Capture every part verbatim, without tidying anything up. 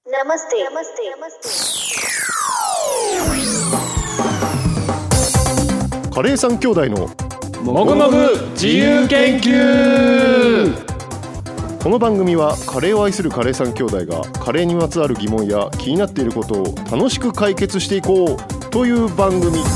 Namaste. Namaste. Namaste. カレーさん兄弟のもぐもぐ自由研究。 この番組はカレーを愛するカレーさん兄弟がカレーにまつわる疑問や気になっていることを楽しく解決していこうという番組です。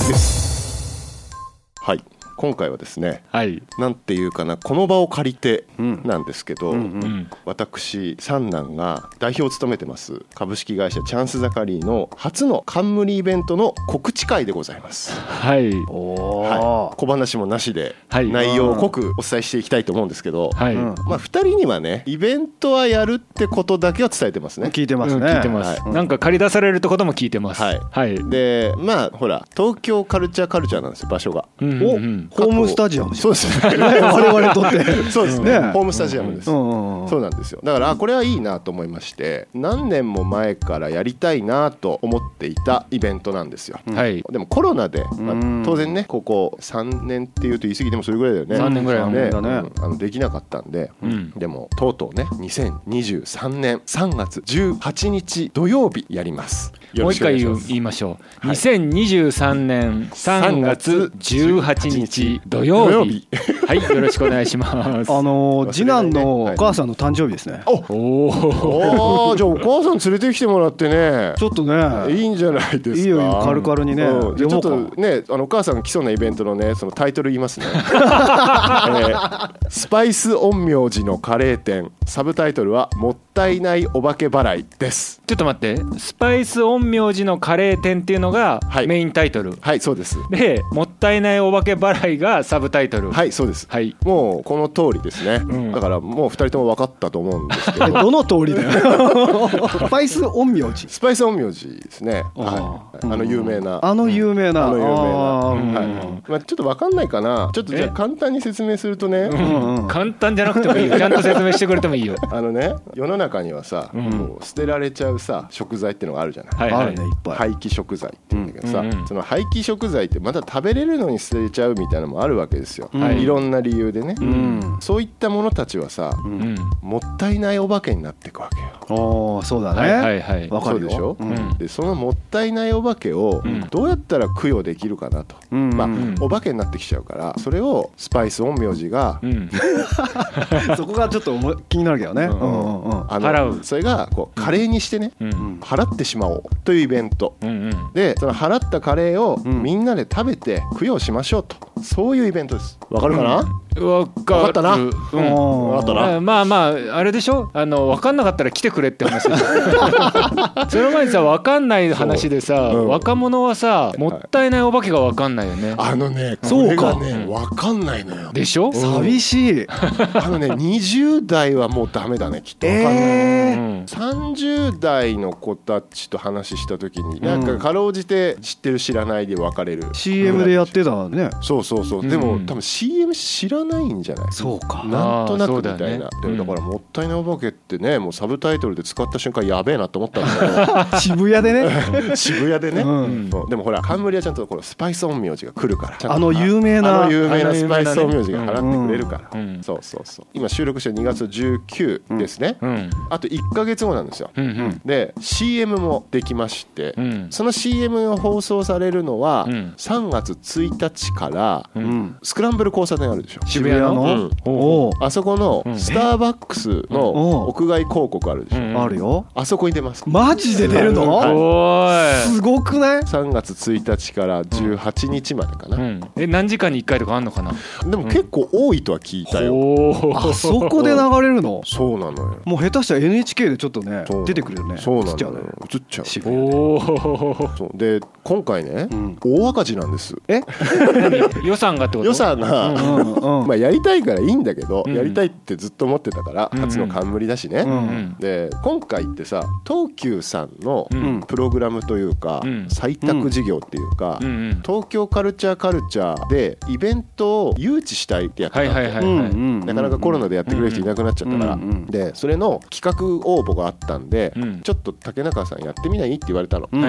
はい、今回はですね、 はい、 なんていうかな、この場を借りてなんですけど、 うんうん、 私三男が代表を務めてます株式会社チャンスザカリーの初の冠イベントの告知会でございます。 はい、 おはい、小話もなしではい内容を濃くお伝えしていきたいと思うんですけど、 はい、 まあ、ふたりにはねイベントはやるってことだけは伝えてますね。 聞いてますね、 うん、聞いてます、 はい、 なんか借り出されるってことも聞いてます。 はい、 はい、 でまあほら東京カルチャーカルチャーなんですよ、場所が、 うんうんうん、 ホームスタジアム。 そうですね我々にとってそうですね、 ね、 ホームスタジアムです、 うんうんうん、 そうなんですよ。だからあこれはいいなと思いまして、何年も前からやりたいなと思っていたイベントなんですよ、 はい、 でもコロナで、まあ、当然ねここさんねんっていうと言い過ぎてもそれぐらいだよね。 さんねんぐらいね、 だね、 うん、あのできなかったんで、 うん、 でもとうとうねにせんにじゅうさんねんさんがつじゅうはちにち土曜日やります。 もう一回言いましょう、はい、にせんにじゅうさんねんさんがつじゅうはちにち土曜日はい、よろしくお願いします。 あのー、次男のお母さんの誕生日ですね。 おおじゃあお母さん連れてきてもらってね、 ちょっとねいいんじゃないですか。 いいよ、カルカルにね、 うん、じゃあちょっとね、あのお母さんが来そうなイベントのねそのタイトル言いますね、えー、スパイス陰陽師のカレー店、サブタイトルはもったいないお化け払いです。 ちょっと待って、スパイス陰陽師のカレー店っていうのがメインタイトル、 はい、はい、そうです。 でもったいないお化け払いがサブタイトル。 はい、そうです、はい、もうこの通りですね、うん、だからもうふたりとも分かったと思うんですけどどの通りだよスパイス陰陽師、 スパイス陰陽師ですね、はい、あの有名な、 あの有名な、 あの有名な、 あ、 はい、まあ、ちょっと分かんないかな、ちょっとじゃあ簡単に説明するとね、 うんうん、簡単じゃなくてもいいよ、ちゃんと説明してくれてもいいよあのね、世の中にはさ、うん、もう捨てられちゃうさ食材っていうのがあるじゃない、はいはい、あるね、いっぱい廃棄食材って言うんだけどさ、うんうん、その廃棄食材ってまた食べれるのに捨てちゃうみたいなのもあるわけですよ、はい、いろんな理由でね、うん、そういったものたちはさ、うん、もったいないお化けになっていくわけよ。 おそうだね、 はいはいはい、 わかるよ。 そうでしょ、うん、でそのもったいないお化けをどうやったら供養できるかなと、うん、まあ、うん、お化けになってきちゃうからそれをスパイス陰陽師が、うん、 そこがちょっと気になるけどね、うんうんうん、 あの払う、それがこうカレーにしてね、うん、払ってしまおうというイベント、うんうん、でその払ったカレーをみんなで食べて供養しましょうと、そういうイベントです。わかるかな、 うん、わかる、 わかったな、うん、 わかったな。まあまああれでしょ、あの分かんなかったら来てくれって話でしょその前にさ、分かんない話でさ、うん、若者はさもったいないお化けが分かんないよね。 あのね、これがね分かんないのよ。 でしょ、 寂しいあのねにじゅう代はもうダメだねきっと。分かんない、えー、さんじゅう代の子たちと話した時に、うん、なんかかろうじて知ってる知らないで分かれるシーエム でやってたね。 そうそうそう、でも、うん、多分 シーエム 知らないんじゃない。 そうか、 なんとなくみたいな、 ね、 でもだからもったいないお化けってね、もうサブタイトルで使った瞬間やべえなと思ったんだけど渋谷でね渋谷でね、うん、でもほら冠はちゃんとこのスパイス陰陽師が来るから、 あの有名なあの有名なスパイス陰陽師が払ってくれるから、うんうん、そうそうそう、今収録してにがつじゅうくにちですね、うん、あといっかげつごなんですよ、うんうん、で シーエム もできまして、うん、その シーエム が放送されるのはさんがつついたちから、うん、スクランブル交差点あるでしょ、 渋谷の、うん、 おあそこのスターバックスの屋外広告あるでしょ、うん、 あるよ、 あそこに出ます。 マジで出るの、はい、おすごくない。 さんがつついたちからじゅうはちにちまでかな、うん、 え何時間にいっかいとかあんのかな。 でも結構多いとは聞いたよ、 うん、あそこで流れるのそうなのよ。 もう下手したら エヌエイチケー でちょっとね出てくるよね。 そうなのよ、映っちゃう。おそうで今回ね、うん、大赤字なんです。 え予算がってこと。 予算が、うんうんうん、まあやりたいからいいんだけど、うん、やりたいってずっと思ってたから、うん、初の冠だしね、うんうん、で今回ってさ東急さんのプログラムというか、うん、採択事業っていうか、うんうん、東京カルチャーカルチャーでイベントを誘致したいってやってたんで、なかなかコロナでやってくれる人いなくなっちゃったから、うんうん、でそれの企画応募があったんで、うん、ちょっと竹中さんやってみないって言われたの、うん、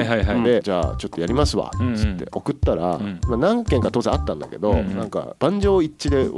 でじゃあちょっとやりますわっつって送ったら、うんうん、まあ、何件か当然あったんだけど、うんうん、なんか万丈一致で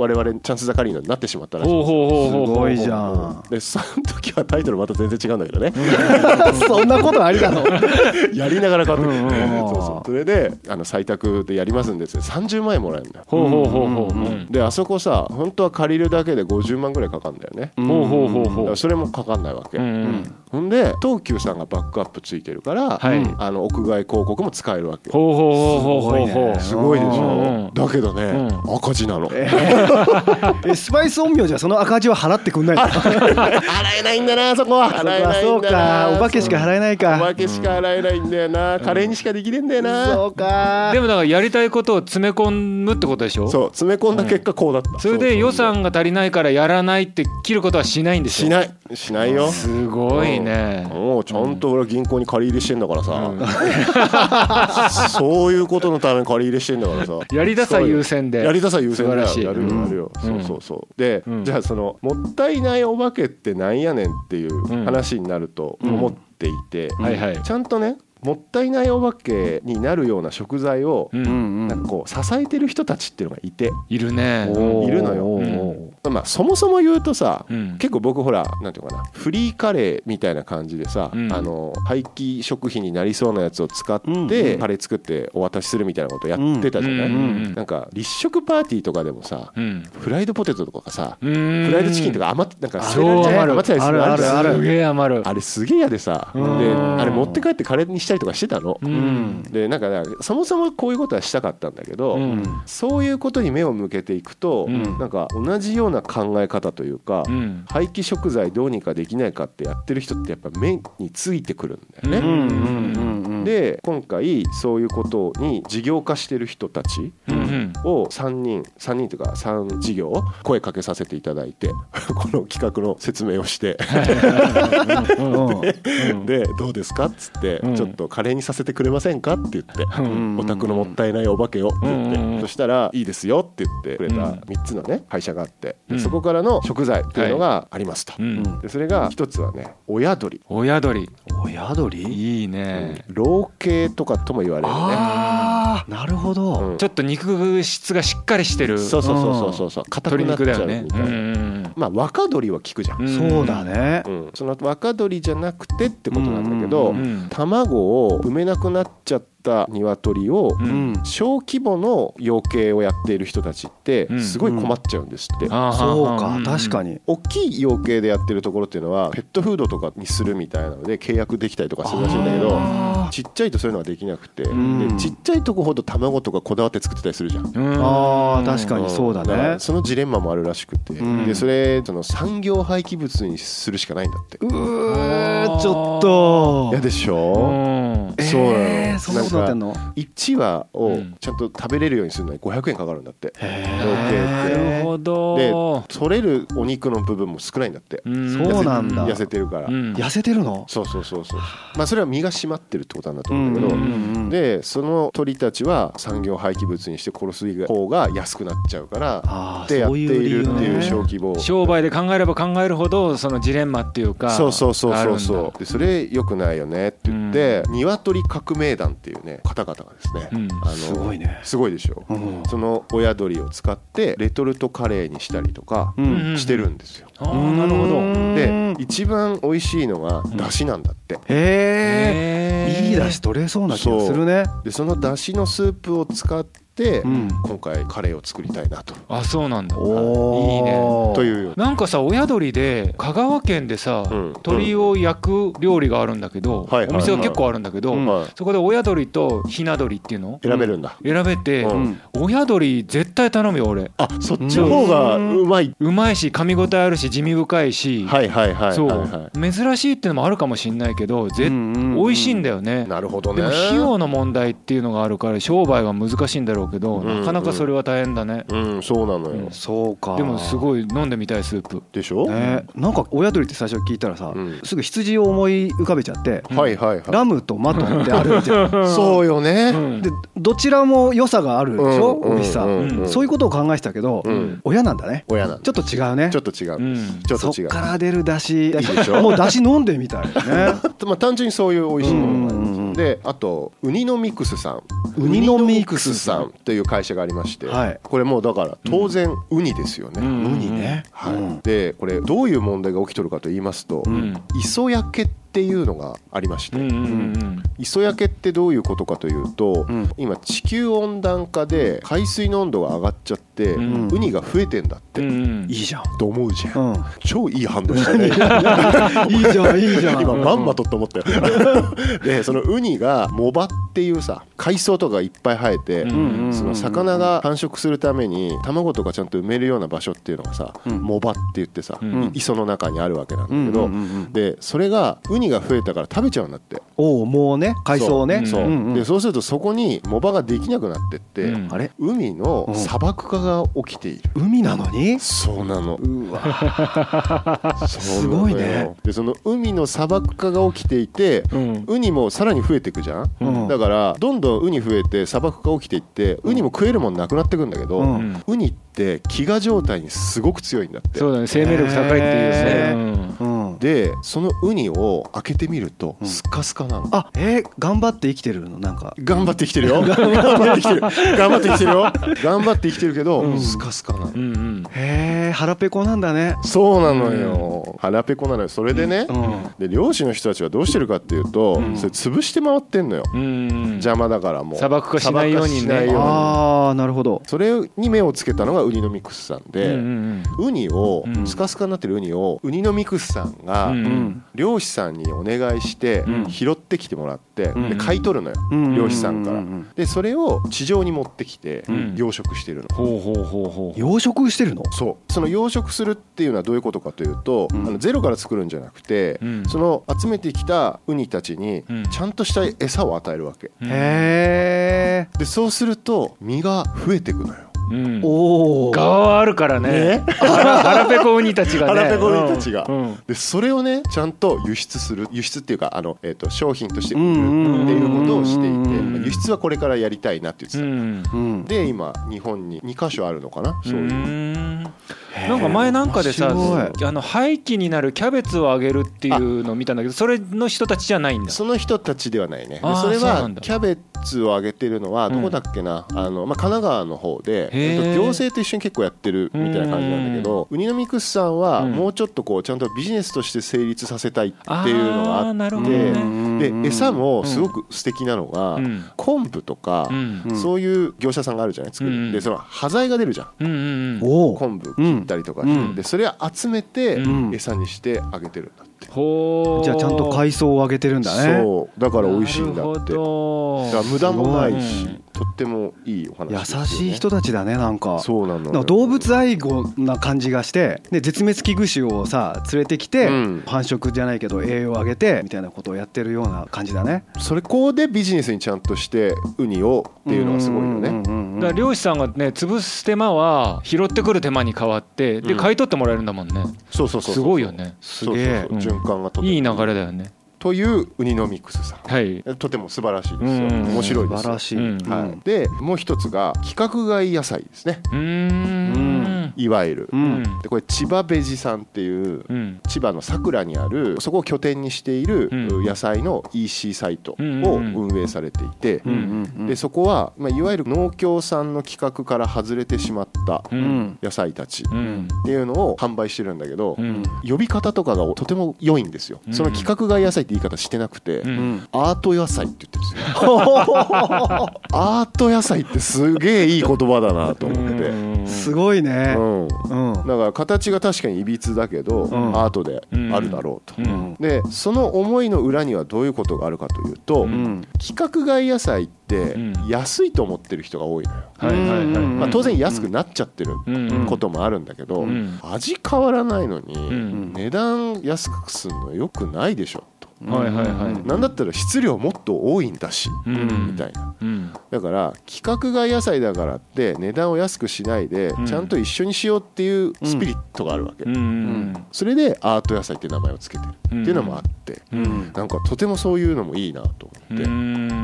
我々チャンス・ザ・カリーナになってしまったらしいんですよ。 ほうほうほうほうすごいじゃん。 でその時はタイトルまた全然違うんだけどねそんなことありなのやりながら変わってくる、 うんうん、 そうそうそれであの採択でやりますんでさんじゅうまんえんもらえるんだよ。 ほうほうほうほう、うん、 であそこさ本当は借りるだけでごじゅうまんぐらいかかるんだよね、 うん、ほうほうほうほう、 それもかかんないわけ、うんうん、ほんで東急さんがバックアップついてるから、はい、あの屋外広告も使えるわけ。 ほうほうほうほうほうほう、 すごいでしょ、 うんうん、 だけどね、うん、赤字なの、 えー、えスパイス陰陽じゃその赤字は払ってくんないの払えないんだなそこは。払えないんだな。 そうか、お化けしか払えないか。 お化けしか払えないんだよな、うん、カレーにしかできねえんだよな。 そうか。 でもだからやりたいことを詰め込むってことでしょ。 そう詰め込んだ結果こうだった、うん、 それで予算が足りないからやらないって切ることはしないんでしょ。 しないしないよ。 すごいね、 うん、もうちゃんと俺は銀行に借り入れしてんだからさ、うん、そういうことのために借り入れしてんだからさやりださ優先でやりださ優先でやるよやるよ、 うん、 そうそうそうで、うん、じゃあそのもったいないお化けってなんやねんっていう話になると思っていて、うんはいはい、ちゃんとねもったいないお化けになるような食材をなんかこう支えてる人たちっていうのがいているねいるのよ、うん、まあそもそも言うとさ、うん、結構僕ほらなんていうかなフリーカレーみたいな感じでさ、うん、あの廃棄食品になりそうなやつを使ってカレー作ってお渡しするみたいなことやってたじゃない、うんうん、なんか立食パーティーとかでもさ、うん、フライドポテトとかさ、うん、フライドチキンとか余ってなんか捨てられちゃう余ってたりするあるあるあるすげえ余るあれすげえ嫌でさであれ持って帰ってカレーにしたりとかしてたの、うんうん、でなんかそもそもこういうことはしたかったんだけど、うん、そういうことに目を向けていくと、うん、なんか同じような考え方というか、うん、廃棄食材どうにかできないかってやってる人ってやっぱ目についてくるんだよね、うんうんうんうん、で今回そういうことに事業化してる人たちをさんにんさんにんというかさん事業声かけさせていただいてこの企画の説明をしてでどうですかっつって、うん、ちょっとカレーにさせてくれませんかって言って、うん、お宅のもったいないお化けをって言って、うん、そしたらいいですよって言ってくれたみっつのね会社があって、うん、そこからの食材っていうのがありますと、はい、でそれが一つはね親鶏親鶏親鶏いいね、 うん、老鶏とかとも言われるね。 あーなるほど、 うん、ちょっと肉質がしっかりしてるそうそうそうそうそう硬くなっちゃうみたいな、ね、まあ若鶏は効くじゃん、 うん、そうだね、 うん、その若鶏じゃなくてってことなんだけど、うんうんうん、卵を産めなくなっちゃった鶏を小規模の養鶏をやっている人たちってすごい困っちゃうんですって、 うんうん、そうか確かに大きい養鶏でやってるところっていうのはペットフードとかにするみたいなので契約できたりとかするらしいんだけどちっちゃいとそういうのはできなくて、うん、でちっちゃいとこほど卵とかこだわって作ってたりするじゃん、うん、 あー確かにそうだね、だそのジレンマもあるらしくて、うん、でそれその産業廃棄物にするしかないんだって。 うーちょっと嫌でしょ、うん、そうなの、 えー、そんなことなってんの。 いちわをちゃんと食べれるようにするのにごひゃくえんかかるんだって、 なるほど。 で取れるお肉の部分も少ないんだって。 そうなんだ。 痩せてるから、うん、 痩せてるの。 そうそうそうそう。まあそれは身が締まってるってことなんだと思うんだけど、うんうんうん、でその鳥たちは産業廃棄物にして殺す方が安くなっちゃうからってやっているっていう小規模、 商売で考えれば考えるほどそのジレンマっていうか、 そうそうそうそうそう。でそれ良くないよねって言って、うん、鶏革命団っていうね方々がですね、うん、あのすごいね。 すごいでしょ、うん、その親鶏を使ってレトルトカレーにしたりとかしてるんですよ、 うん、あなるほど。 で一番美味しいのが出汁なんだって、うん、 へえ、いい出汁取れそうな気がするね。 でその出汁のスープを使ってで、うん、今回カレーを作りたいなと。 あ、そうなんだ。いいね。 という。 なんかさ、親鶏で香川県でさ、うん、鶏を焼く料理があるんだけど、うん、お店が結構あるんだけど、はい、そこで親鶏とひな鶏っていうの選べるんだ。 選べて、うん、親鶏絶対頼むよ俺。 あ、そっちの方がうまい。 うまいし噛み応えあるし地味深いし、 はいはいはい、 そう、 はいはい、珍しいっていうのもあるかもしれないけど、ぜ、うんうん、美味しいんだよね。 なるほどね。 でも費用の問題っていうのがあるから商売が難しいんだろうけど、うん、なかなかそれは大変だね。 うん、そうなのよ、 うん、そうか。 でもすごい飲んでみたいスープでしょ、 ね、なんか親鶏って最初聞いたらさ、うん、すぐ羊を思い浮かべちゃって、 うん、はいはいはい、 ラムとマトンってあるじゃんそうよね、うん、 でどちらも良さがあるでしょ、うん、美味しさ、うんうん、そういうことを考えてたけど、うん、親なんだね。 親なんだ。 ちょっと違うね。 ちょっと違う、うん、ちょっと違う。 そっから出る出汁いいでしょもう出汁飲んでみたいねまあ単純にそういう美味しいものがありますよね。 ん、であとウニノミクスさんウニノミクスさんという会社がありまして、 はい、 これもうだから当然ウニですよね、 うん、ウニね、 はい、うん、でこれどういう問題が起きとるかと言いますと、うん、磯焼けっていうのがありまして、うんうんうん、磯焼けってどういうことかというと、うん、今地球温暖化で海水の温度が上がっちゃって、うん、ウニが増えてんだって、うん、 いいじゃんと思うじゃん、うん、超いい反応したねいいじゃんいいじゃん今まんまとって思ったよでそのウニが藻場っていうさ海藻とかがいっぱい生えて、うんうんうん、その魚が繁殖するために卵とかちゃんと埋めるような場所っていうのがさ、うん、藻場って言ってさ、うん、磯の中にあるわけなんだけど、うんうんうんうん、でそれがウニが増えたから食べちゃうんだって。 おお、もうね海藻をね、 そう、 うんうん、 でそうするとそこに藻場ができなくなってって、うん、 あれ海の砂漠化が起きている、 うん、海なのにそうなの。 うわすごいね。 でその海の砂漠化が起きていて、うん、ウニもさらに増えていくじゃん、うん、だからどんどんウニ増えて砂漠が起きていって、ウニも食えるもんなくなってくんだけど、うん、ウニって飢餓状態にすごく強いんだって。 そうだね、生命力高いっていうね、 うんうん、でそのウニを開けてみるとスカスカなの、うん、 あ、えー、頑張って生きてるの。なんか頑張って生きてるよ頑張って生きてる頑張って生きてるよ頑張って生きてるけど、うん、スカスカなの、うんうん、 へえ、腹ペコなんだね。 そうなのよ、うん、腹ペコなのよ。それでね、うん、で漁師の人たちはどうしてるかっていうと、うん、それ潰して回ってんのよ、うん、邪魔だからもう砂漠化しないようにね。 ああ、なるほど。 それに目をつけたのがウニノミクスさんで、うんうんうん、ウニを、うん、スカスカになってるウニをウニノミクスさんが、うん、漁師さんにお願いして、うん、拾ってきてもらって、うん、で買い取るのよ、うん、漁師さんから、うん、でそれを地上に持ってきて、うん、養殖してるの。 ほうほうほうほう。 養殖してるの。 そう、その養殖するっていうのはどういうことかというと、うん、あのゼロから作るんじゃなくて、うん、その集めてきたウニたちにちゃんとした餌を与えるわけ、うん、 へー。 でそうすると身が増えていくのよ。 うん、お側はあるからね、ね腹ペコウニたちがね、 腹ペコウニたちが、うん、でそれをねちゃんと輸出する、輸出っていうかあの、えー、と商品として売るっていうことをしていて、輸出はこれからやりたいなって言ってた、うん、で今日本ににかしょあるのかな、そういう、うん、 なんか前なんかでさ、あの廃棄になるキャベツをあげるっていうのを見たんだけど、それの人たちじゃないんだ。 その人たちではないね。でそれはキャベツをあげてるのはどこだっけな、うん、あのまあ、神奈川の方で、えっと、行政と一緒に結構やってるみたいな感じなんだけど、ウニノミクスさんはもうちょっとこうちゃんとビジネスとして成立させたいっていうのがあって、で餌もすごく素敵なのが、うん、昆布とか、うん、そういう業者さんがあるじゃないですか、うん、でその端材が出るじゃん、うんうんうん、昆布切ったりとかして、うん、でそれを集めて餌にしてあげてるんだって。 ほー、じゃあちゃんと海藻をあげてるんだね。 そうだから美味しいんだって。だから無駄もないし、とってもいいお話ですよね。 優しい人たちだね。なんかそうなの、 なんか動物愛護な感じがして、で絶滅危惧種をさ連れてきて、うん、繁殖じゃないけど栄養をあげてみたいなことをやってるような感じだね。 それこうでビジネスにちゃんとしてウニをっていうのがすごいよね。 だから漁師さんがね潰す手間は拾ってくる手間に変わって、で買い取ってもらえるんだもんね、うん、 そうそうそう、 すごいよね。 すげえ、 循環がとてもいい流れだよね。 というウニノミクスさん、はい、とても素晴らしいですよ。面白いです。 素晴らしい、うん、 はい、でもう一つが規格外野菜ですね。うーん、いわゆる、うん、でこれ千葉ベジさんっていう、うん、千葉の佐倉にあるそこを拠点にしている野菜の イーシー サイトを運営されていて、でそこは、まあ、いわゆる農協さんの規格から外れてしまった野菜たちっていうのを販売してるんだけど、うん、呼び方とかがとても良いんですよ。その規格外野菜って言い方してなくて、うん、アート野菜って言ってるんですよアート野菜ってすげえいい言葉だなと思って、 すごいね、うんうん、だから形が確かにいびつだけど、うん、アートであるだろうと、うん、でその思いの裏にはどういうことがあるかというと、うん、規格外野菜って安いと思ってる人が多いのよ、はいはいはい、まあ、当然安くなっちゃってることもあるんだけど、うん、味変わらないのに、うん、値段安くするのはよくないでしょ、はいはいはい、なんだったら質量もっと多いんだし、うん、みたいな、うん、だから規格外野菜だからって値段を安くしないで、うん、ちゃんと一緒にしようっていうスピリットがあるわけ、うんうん、それでアート野菜って名前をつけてるっていうのもあって、うん、なんかとてもそういうのもいいなと思って、うん、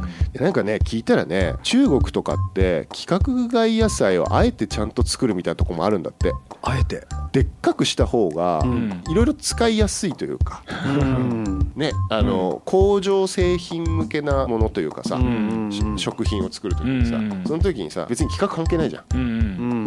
なんかね聞いたらね中国とかって規格外野菜をあえてちゃんと作るみたいなとこもあるんだって。 あえてでっかくした方がいろいろ使いやすいというか、うんね、あの、うん、工場製品向けなものというかさ、うん、食品を作るときにさ、うん、その時にさ別に規格関係ないじゃん、うん、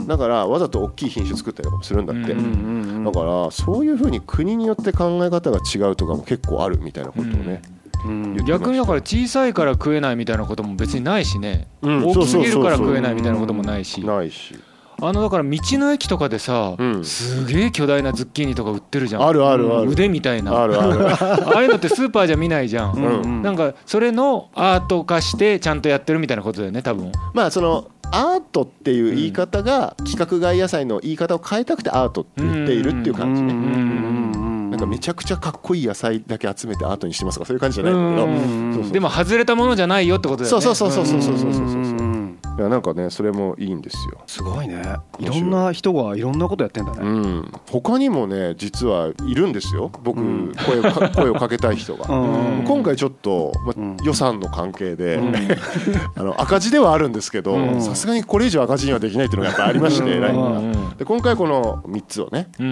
だからわざと大きい品種作ったりとかもするんだって、うん、だからそういう風に国によって考え方が違うとかも結構あるみたいなことをね、うん、 逆にだから小さいから食えないみたいなことも別にないしね、うん、大きすぎるから食えないみたいなこともないし、 ないしあのだから道の駅とかでさ、うん、すげえ巨大なズッキーニとか売ってるじゃん。 あるあるある。 腕みたいな。 あるある。 ああいうのってスーパーじゃ見ないじゃん。うん、なんかそれのアート化してちゃんとやってるみたいなことだよね多分。 まあそのアートっていう言い方が規格外野菜の言い方を変えたくてアートって言っているっていう感じね。なんかめちゃくちゃかっこいい野菜だけ集めてアートにしてますとかそういう感じじゃないんだけど、そうそうそう、 でも外れたものじゃないよってことだよね。 そうそうそうそうそうそうそうそう。いやなんかねそれもいいんですよ。 すごいね。いろんな人がいろんなことやってんだね。うん、 他にもね実はいるんですよ。僕、うん、声をか声をかけたい人が。うん、今回ちょっと、まうん、予算の関係で、うん、あの赤字ではあるんですけど、さすがにこれ以上赤字にはできないっていうのがやっぱありまして、ラインが。で今回このみっつをね、うん、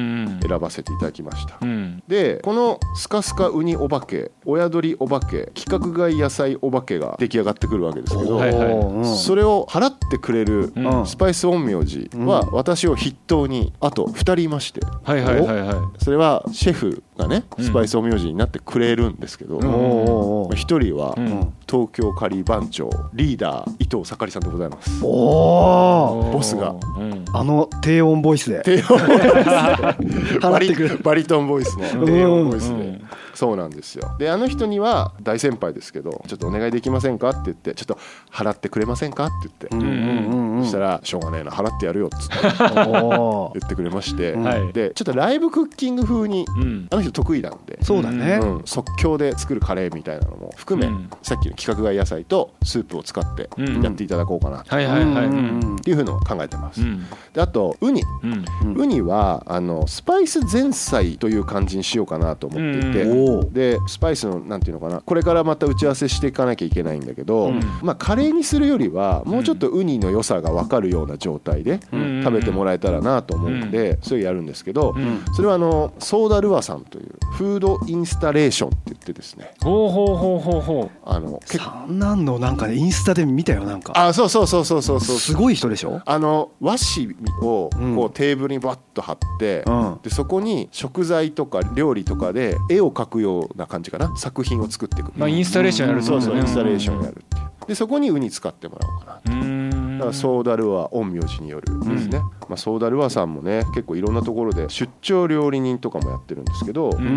選ばせていただきました。うん、でこのスカスカウニお化け、親鳥お化け、規格外野菜お化けが出来上がってくるわけですけど、はいはい、それを払ってくれるスパイス陰陽師は私を筆頭にあとふたりいまして、はいはいはいはい、それはシェフがねスパイス陰陽師になってくれるんですけど、ひとりは東京カリー番長リーダー伊藤盛りさんでございます。おボスが、 うん、あの低音ボイスで低音ボイスでバリ、バリトンボイスの低音ボイスで、うん、そうなんですよ。であの人には大先輩ですけどちょっとお願いできませんかって言ってちょっと払ってくれませんかって言って、うんうんうん、そしたらしょうがねえな払ってやるよっつって言ってくれまして、はい、でちょっとライブクッキング風に、うん、あの人得意なんでそうだね、 うん、即興で作るカレーみたいなのも含め、うん、さっきの規格外野菜とスープを使ってやっていただこうかなっていうふうのを考えてます、うん、であとウニ、うん、ウニはあのスパイス前菜という感じにしようかなと思っていて、うん、でスパイスのなんていうのかなこれからまた打ち合わせしていかなきゃいけないんだけど、うん、まあカレーにするよりはもうちょっとウニの良さが分かるような状態で食べてもらえたらなと思うので、それやるんですけど、それはあのソーダルアさんというフードインスタレーションって言ってですね、 ほうほうほうほうほう、 あのそんなんのなんかねインスタで見たよなんか。 あ、そうそうそうそうそうそう、 すごい人でしょ。 あの和紙をこうテーブルにバッと貼って、うん、でそこに食材とか料理とかで絵を描くような感じかな、作品を作っていく。 まあインスタレーションやる、 そうそうインスタレーションやるっていう。でそこにウニ使ってもらおうかな。うーん、だからソーダルア陰陽師によるですね、うん、まあ、ソーダルアさんもね結構いろんなところで出張料理人とかもやってるんですけど、うんうん、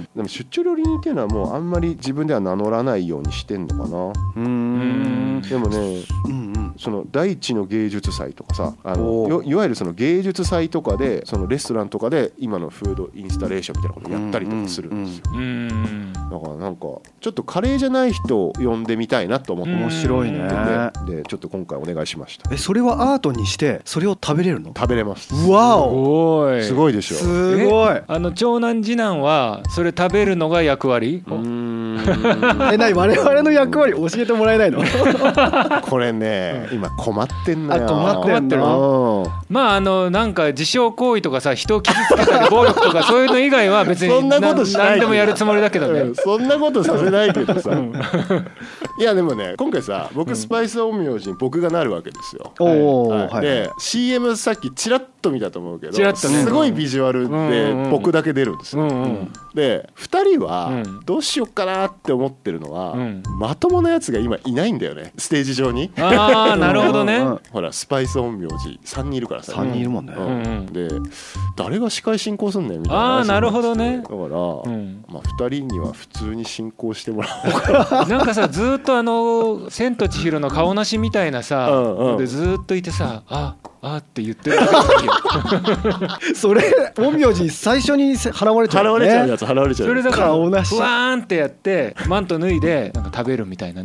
でも出張料理人っていうのはもうあんまり自分では名乗らないようにしてんのかな。うーん、でもね、うんうん、その大地の芸術祭とかさ、あの い, いわゆるその芸術祭とかでそのレストランとかで今のフードインスタレーションみたいなことをやったりとかするんですよ、うんうん、だからなんかちょっとカレーじゃない人を呼んでみたいなと思って、 面白いね。 でちょっと今回お願いしました。 え、それはアートにしてそれを食べれるの？ 食べれます。 わお、 すごいでしょ。 すごい。 あの長男次男はそれ食べるのが役割？うーんえ、なに我々の役割教えてもらえないの？ これね、今困ってんのよ。 あ、困ってんの。 まああのなんか自傷行為とかさ、人を傷つけたり暴力とかそういうの以外は別にそんなことしない。 何でもやるつもりだけどね、うん、 そんなことさせないけどさ、うん、いやでもね今回さ僕スパイス陰陽師に僕がなるわけですよ、うんはいはい、で シーエム さっきチラッと見たと思うけど、ね、すごいビジュアルで僕だけ出るんですよ、うんうん、でふたりはどうしよっかなって思ってるのは、うん、まともなやつが今いないんだよねステージ上に。 ああなるほどね。 ほらスパイス陰陽師さんにんいるからさ、 さんにんいるもんね、うんうん、で誰が司会進行すんねんみたいな話。 ああなるほどね。 だから、うんまあ、ふたりには普通に進行してもらおうかな。 なんかさずっとあの千と千尋の顔なしみたいなさ、うんうん、でずっといてさああって言ってるそれ陰陽師最初に払われちゃう、ね、 払われちゃうやつ払われちゃう。 それだから顔なしふわーんってやってマント脱いでなんか食べるみたいなね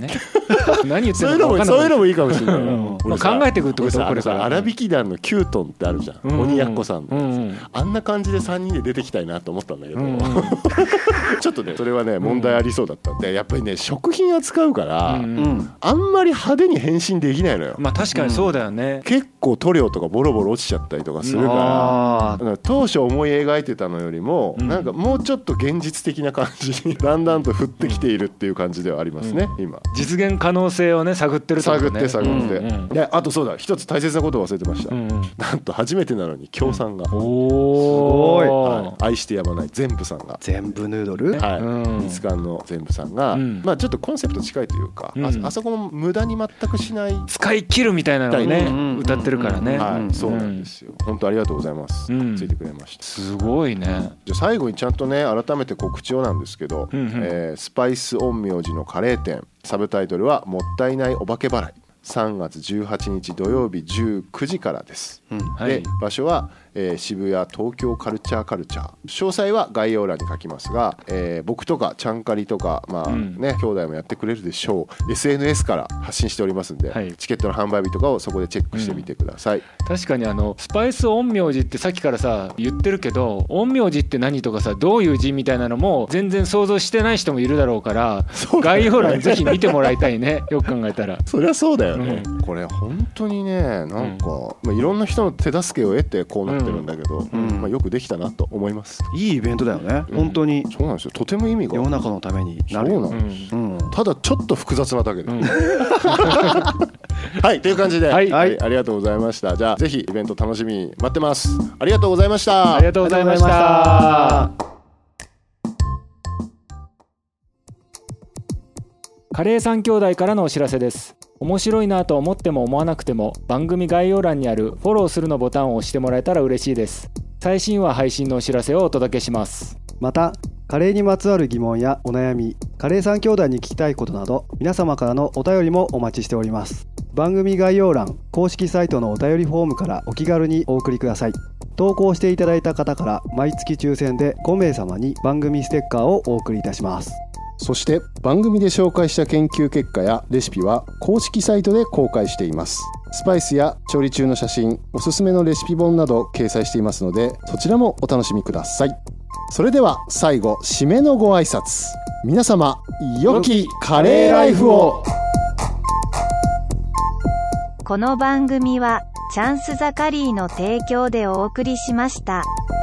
何言ってそういるのか分かんない。 そういうのもいいかもしれない、 うんまあ、考えていくってことこれから荒引き団のキュートンってあるじゃん、うんうん、鬼奴さんのやつ、うんうん、あんな感じでさんにんで出てきたいなと思ったんだけど、うんうん、ちょっとねそれはね問題ありそうだったんで、やっぱりね食品扱うから、うんうん、あんまり派手に変身できないのよ。 まあ確かにそうだよね、 うん、結構塗料とかボロボロ落ちちゃったりとかするから、うん、当初思い描いてたのよりも、うん、なんかもうちょっと現実的な感じにだんだんと降ってきているっていう感じではありますね、うん、今実現可能性をね探ってるとこね、 探って探って、うんうん、であとそうだ一つ大切なことを忘れてました、うんうん、なんと初めてなのに協賛が、うん、 おー、 はい、愛してやまない全部さんが全部ヌードル、 はい、 うん、 蜜柑の全部さんが、うん、まあちょっとコンセプト近いというか、うん、あ, あそこも無駄に全くしない使い切るみたいなのをね、うん、歌ってるからね、 うん、はい、そうなんですよ。本当ありがとうございます、うん、ついてくれました。 すごいね。 じゃあ最後にちゃんとね改めて告知をなんですけど、うんうん、えー、スパイス陰陽師のカレー店、サブタイトルはもったいないお化け払い、さんがつじゅうはちにち土曜日じゅうくじからです、うん、はい、で場所は、えー、渋谷東京カルチャーカルチャー、詳細は概要欄に書きますが、えー、僕とかちゃんかりとか、まあね、うん、兄弟もやってくれるでしょう。 エスエヌエス から発信しておりますんで、はい、チケットの販売日とかをそこでチェックしてみてください、うん、 確かにあのスパイス陰陽師ってさっきからさ言ってるけど、陰陽師って何とかさどういう字みたいなのも全然想像してない人もいるだろうから、概要欄ぜひ見てもらいたいねよく考えたらそりゃそうだよね、うん、これ本当にねなんか、うん、まあ、いろんな人の手助けを得てこうなってるんだけど、うん、まあ、よくできたなと思います。 いいイベントだよね、うん、本当にそうなんですよ。とても意味が世の中のためになる。 そうなんです、うん、ただちょっと複雑なだけで、うん、はいという感じで、はいはい、ありがとうございました。じゃあぜひイベント楽しみに待ってます。ありがとうございました。 ありがとうございました。カレー三兄弟からのお知らせです。面白いなと思っても思わなくても番組概要欄にあるフォローするのボタンを押してもらえたら嬉しいです。最新話配信のお知らせをお届けします。 またカレーにまつわる疑問やお悩み、カレー三兄弟に聞きたいことなど皆様からのお便りもお待ちしております。番組概要欄公式サイトのお便りフォームからお気軽にお送りください。投稿していただいた方から毎月抽選でごめい様に番組ステッカーをお送りいたします。 そして番組で紹介した研究結果やレシピは公式サイトで公開しています。スパイスや調理中の写真、おすすめのレシピ本など掲載していますので、そちらもお楽しみください。それでは最後締めのご挨拶。皆様良きカレーライフを。 この番組はチャンスザカリーの提供でお送りしました。